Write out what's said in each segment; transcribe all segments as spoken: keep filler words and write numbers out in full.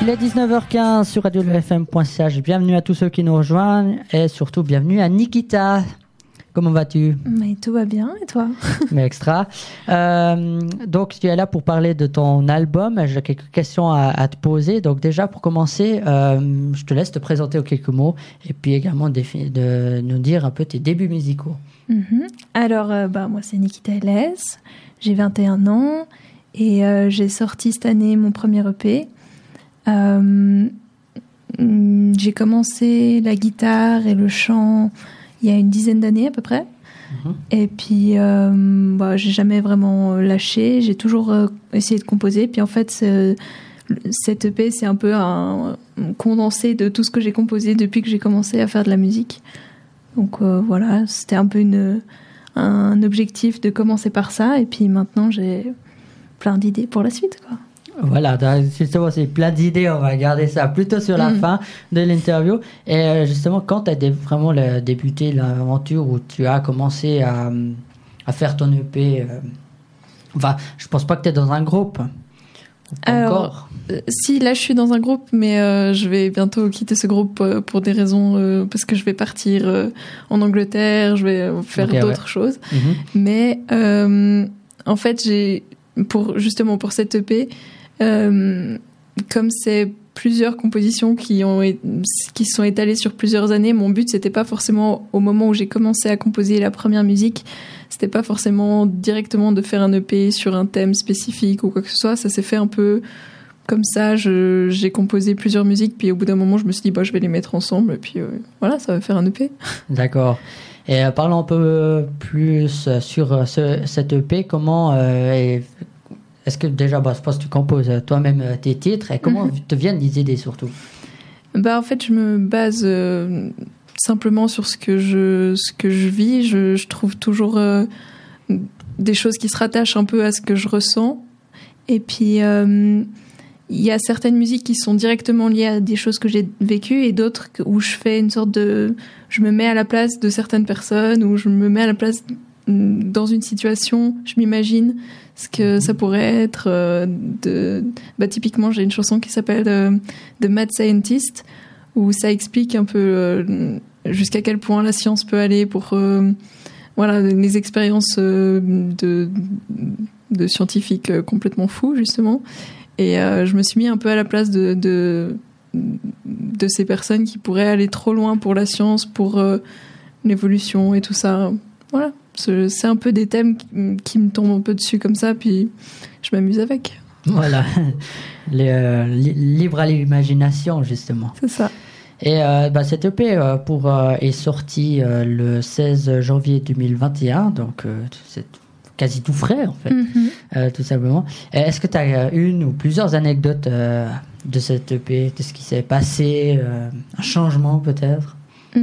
Il est dix-neuf heures quinze sur radio le f m point c h. Bienvenue à tous ceux qui nous rejoignent et surtout bienvenue à Nikita. Comment vas-tu? Mais tout va bien, et toi? Mais extra. Euh, donc, tu es là pour parler de ton album. J'ai quelques questions à, à te poser. Donc, déjà, pour commencer, euh, je te laisse te présenter en quelques mots et puis également de, de nous dire un peu tes débuts musicaux. Mm-hmm. Alors, euh, bah, moi, c'est Nikita L S. J'ai vingt et un ans et euh, j'ai sorti cette année mon premier E P. Euh, j'ai commencé la guitare et le chant il y a une dizaine d'années à peu près. Mmh. Et puis, euh, bah, j'ai jamais vraiment lâché. J'ai toujours euh, essayé de composer. Puis en fait, ce, cette E P, c'est un peu un, un condensé de tout ce que j'ai composé depuis que j'ai commencé à faire de la musique. Donc euh, voilà, c'était un peu une, un objectif de commencer par ça. Et puis maintenant, j'ai plein d'idées pour la suite, quoi. Voilà, justement, c'est plein d'idées, on va garder ça plutôt sur la mmh. fin de l'interview. Et justement, quand tu as vraiment le, débuté l'aventure où tu as commencé à, à faire ton E P, euh, enfin, je pense pas que tu es dans un groupe. Alors, encore. Euh, si, là je suis dans un groupe, mais euh, je vais bientôt quitter ce groupe euh, pour des raisons, euh, parce que je vais partir euh, en Angleterre, je vais faire okay, d'autres ouais. choses. Mmh. Mais euh, en fait, j'ai, pour, justement pour cette E P, Euh, comme c'est plusieurs compositions qui ont qui sont étalées sur plusieurs années, mon but c'était pas forcément au moment où j'ai commencé à composer la première musique, c'était pas forcément directement de faire un E P sur un thème spécifique ou quoi que ce soit. Ça s'est fait un peu comme ça. Je, j'ai composé plusieurs musiques, puis au bout d'un moment je me suis dit bah je vais les mettre ensemble et puis euh, voilà, ça va faire un E P. D'accord. Et euh, parlons un peu plus sur ce, cet E P. Comment euh, est Est-ce que déjà, bah, je pense que tu composes toi-même tes titres et comment mm-hmm. te viennent des idées surtout? Bah, en fait, je me base euh, simplement sur ce que je, ce que je vis. Je, je trouve toujours euh, des choses qui se rattachent un peu à ce que je ressens. Et puis, il euh, y a certaines musiques qui sont directement liées à des choses que j'ai vécues et d'autres où je fais une sorte de... Je me mets à la place de certaines personnes ou je me mets à la place dans une situation, je m'imagine ce que ça pourrait être. Euh, de, bah, typiquement, j'ai une chanson qui s'appelle euh, The Mad Scientist, où ça explique un peu euh, jusqu'à quel point la science peut aller pour euh, voilà, les expériences euh, de, de scientifiques euh, complètement fous, justement. Et euh, je me suis mis un peu à la place de, de, de ces personnes qui pourraient aller trop loin pour la science, pour euh, l'évolution et tout ça. Voilà. C'est un peu des thèmes qui me tombent un peu dessus comme ça, puis je m'amuse avec. Voilà, Les, euh, li- libre à l'imagination, justement. C'est ça. Et euh, bah, cette E P euh, pour, euh, est sortie euh, le seize janvier deux mille vingt et un, donc euh, c'est quasi tout frais, en fait, mm-hmm. euh, tout simplement. Et est-ce que tu as une ou plusieurs anecdotes euh, de cette E P, de ce qui s'est passé, euh, un changement peut-être?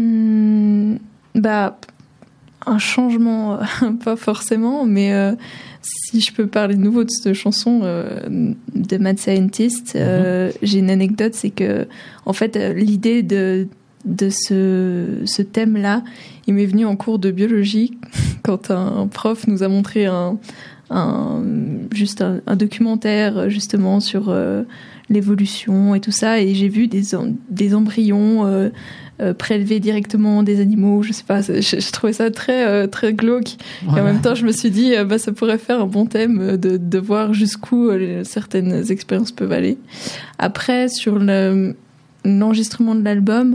mmh, Bah... Un changement, euh, pas forcément, mais euh, si je peux parler de nouveau de cette chanson euh, de Mad Scientist, euh, mm-hmm. j'ai une anecdote, c'est que en fait euh, l'idée de de ce ce thème-là, il m'est venu en cours de biologie quand un prof nous a montré un un juste un, un documentaire justement sur euh, l'évolution et tout ça, et j'ai vu des des embryons euh, Euh, prélever directement des animaux, je sais pas, je, je trouvais ça très euh, très glauque. Voilà. Et en même temps, je me suis dit, euh, bah ça pourrait faire un bon thème de de voir jusqu'où euh, certaines expériences peuvent aller. Après, sur le, l'enregistrement de l'album,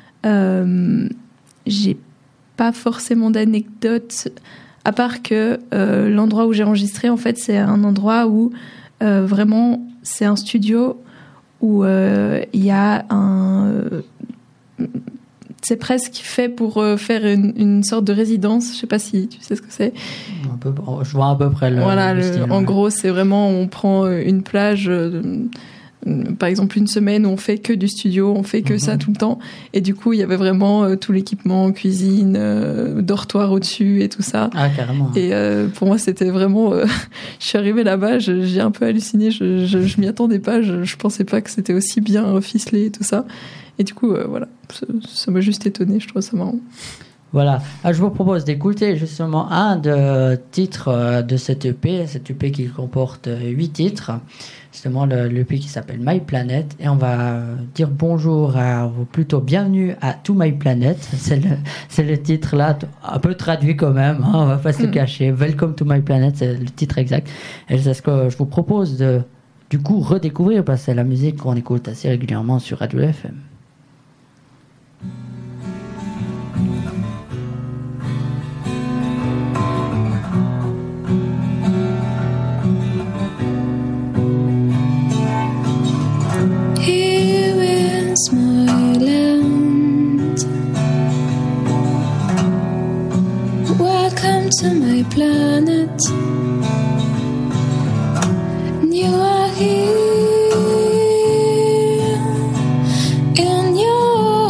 euh, j'ai pas forcément d'anecdotes, à part que euh, l'endroit où j'ai enregistré, en fait, c'est un endroit où euh, vraiment c'est un studio où il euh, y a un euh, c'est presque fait pour euh, faire une, une sorte de résidence. Je sais pas si tu sais ce que c'est. Un peu, je vois à peu près le. Voilà, le le, style, en ouais. gros, c'est vraiment, on prend une plage, euh, par exemple une semaine où on fait que du studio, on fait que mm-hmm. ça tout le temps. Et du coup, il y avait vraiment euh, tout l'équipement, cuisine, euh, dortoir au-dessus et tout ça. Ah, carrément. Et euh, pour moi, c'était vraiment. Euh, je suis arrivée là-bas, je, j'ai un peu halluciné. Je, je, je m'y attendais pas. Je, je pensais pas que c'était aussi bien ficelé et tout ça. Et du coup, euh, voilà, ça, ça m'a juste étonnée, je trouve ça marrant. Voilà. Ah, je vous propose d'écouter justement un des titres de cet E P, cet E P qui comporte huit titres, justement le, l'E P qui s'appelle My Planet, et on va dire bonjour, à, ou plutôt bienvenue à To My Planet, c'est le, c'est le titre là, un peu traduit quand même, hein, on va pas se le cacher, Welcome to My Planet, c'est le titre exact, et c'est ce que je vous propose de, du coup, redécouvrir, parce que c'est la musique qu'on écoute assez régulièrement sur Radio F M. My land, welcome to my planet. You are here in your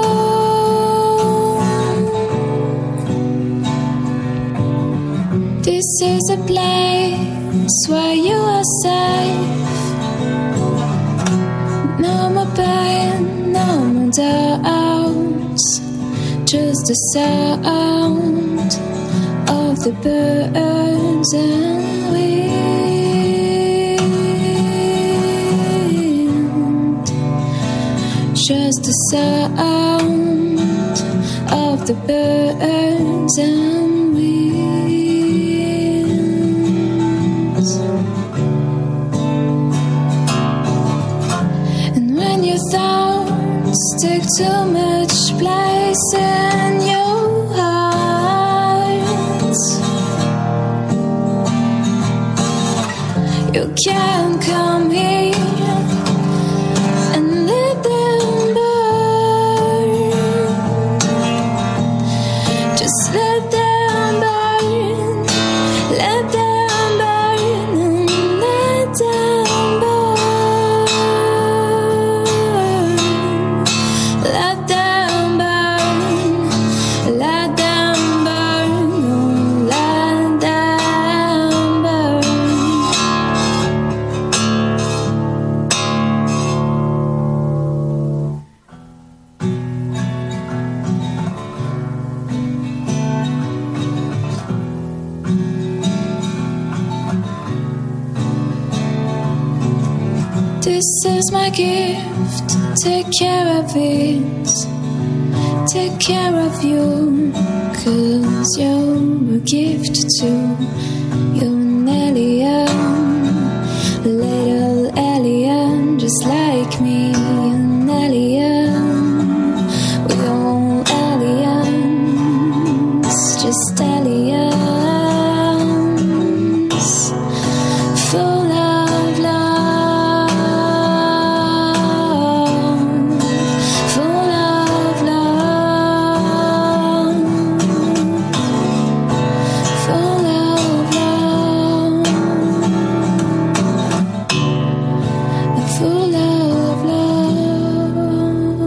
home. This is a place where you are safe. No more pain, no more doubts, just the sound of the birds and wind. Just the sound of the birds and winds. And when your thoughts take too much place in your heart, you can come here and let them burn. Just let them burn. Let them burn and let them burn. Let them burn. Let them burn. Oh, let them burn. This is my gift, take care of it, take care of you, 'cause you're a gift too. You're an alien, a little alien, just like me, an alien. We're all aliens, just aliens, full of love, full of love, full of love, full of love.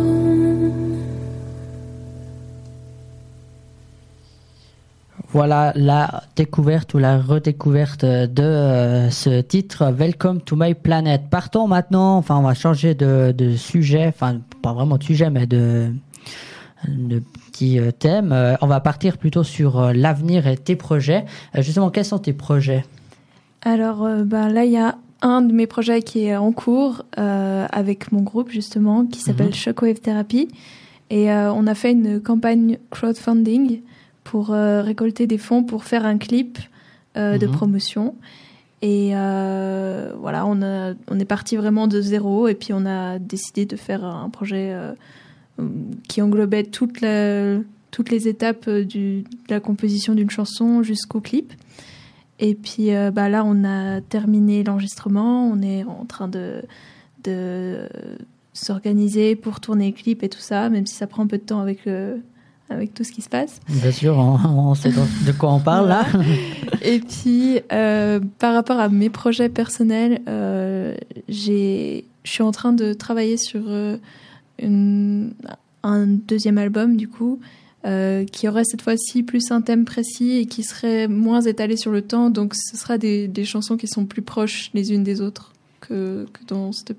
Voilà la découverte ou la redécouverte de euh, ce titre Welcome to My Planet. Partons maintenant, enfin on va changer de, de sujet, enfin pas vraiment de sujet mais de, de petit euh, thème. Euh, on va partir plutôt sur euh, l'avenir et tes projets. Euh, justement, quels sont tes projets ? Alors euh, ben, là, il y a un de mes projets qui est en cours euh, avec mon groupe justement, qui s'appelle Mhm. Shockwave Therapy. Et euh, on a fait une campagne crowdfunding pour euh, récolter des fonds pour faire un clip euh, de Mhm. promotion. Et euh, voilà, on, a, on est parti vraiment de zéro et puis on a décidé de faire un projet euh, qui englobait toute la, toutes les étapes du, de la composition d'une chanson jusqu'au clip. Et puis euh, bah là, on a terminé l'enregistrement, on est en train de, de s'organiser pour tourner le clip et tout ça, même si ça prend un peu de temps avec, le, avec tout ce qui se passe. Bien sûr, on, on sait de quoi on parle là. Et puis, euh, par rapport à mes projets personnels, euh, j'ai, je suis en train de travailler sur euh, une, un deuxième album, du coup, euh, qui aurait cette fois-ci plus un thème précis et qui serait moins étalé sur le temps. Donc, ce sera des, des chansons qui sont plus proches les unes des autres que, que dans cette E P.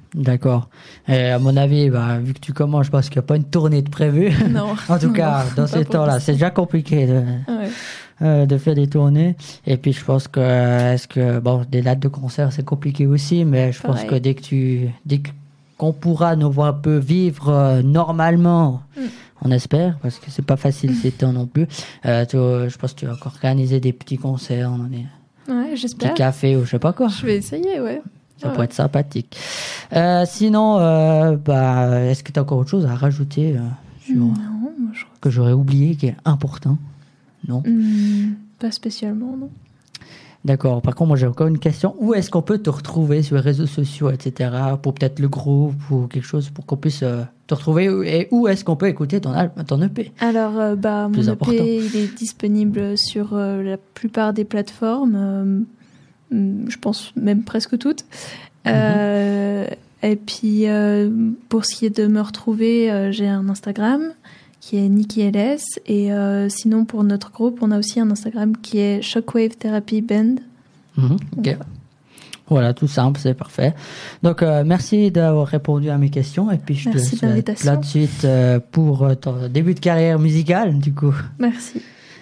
D'accord. Et à mon avis, bah, vu que tu commences, je pense qu'il n'y a pas une tournée de prévue. Non. En tout cas, non, dans ces temps-là, c'est déjà compliqué de, ouais. euh, de faire des tournées. Et puis, je pense que, est-ce que, bon, des dates de concert, c'est compliqué aussi, mais je Pareil. pense que dès que tu, dès qu'on pourra nous voir un peu vivre euh, normalement, mm. on espère, parce que c'est pas facile ces temps non plus. Euh, tu, je pense que tu vas encore organiser des petits concerts, on en est. Ouais, j'espère. Petit café ou je sais pas quoi. Je vais essayer, ouais. Ça ouais. pourrait être sympathique. Euh, sinon, euh, bah, est-ce que tu as encore autre chose à rajouter euh, sur, non, moi, je crois que j'aurais oublié, qui est important? Non mmh, pas spécialement, non. D'accord. Par contre, moi, j'ai encore une question. Où est-ce qu'on peut te retrouver sur les réseaux sociaux, et cetera, pour peut-être le groupe ou quelque chose, pour qu'on puisse euh, te retrouver? Et où est-ce qu'on peut écouter ton, ton E P? Alors, euh, bah, mon Plus E P, important. il est disponible sur euh, la plupart des plateformes. Euh, je pense même presque toutes. Mm-hmm. Euh, et puis, euh, pour ce qui est de me retrouver, euh, j'ai un Instagram qui est Nikki L S. Et euh, sinon, pour notre groupe, on a aussi un Instagram qui est Shockwave Therapy Band. Mm-hmm. Ok. Donc, voilà, tout simple, c'est parfait. Donc, euh, merci d'avoir répondu à mes questions. Et puis, je merci te souhaite plein de suite euh, pour ton début de carrière musicale, du coup. Merci.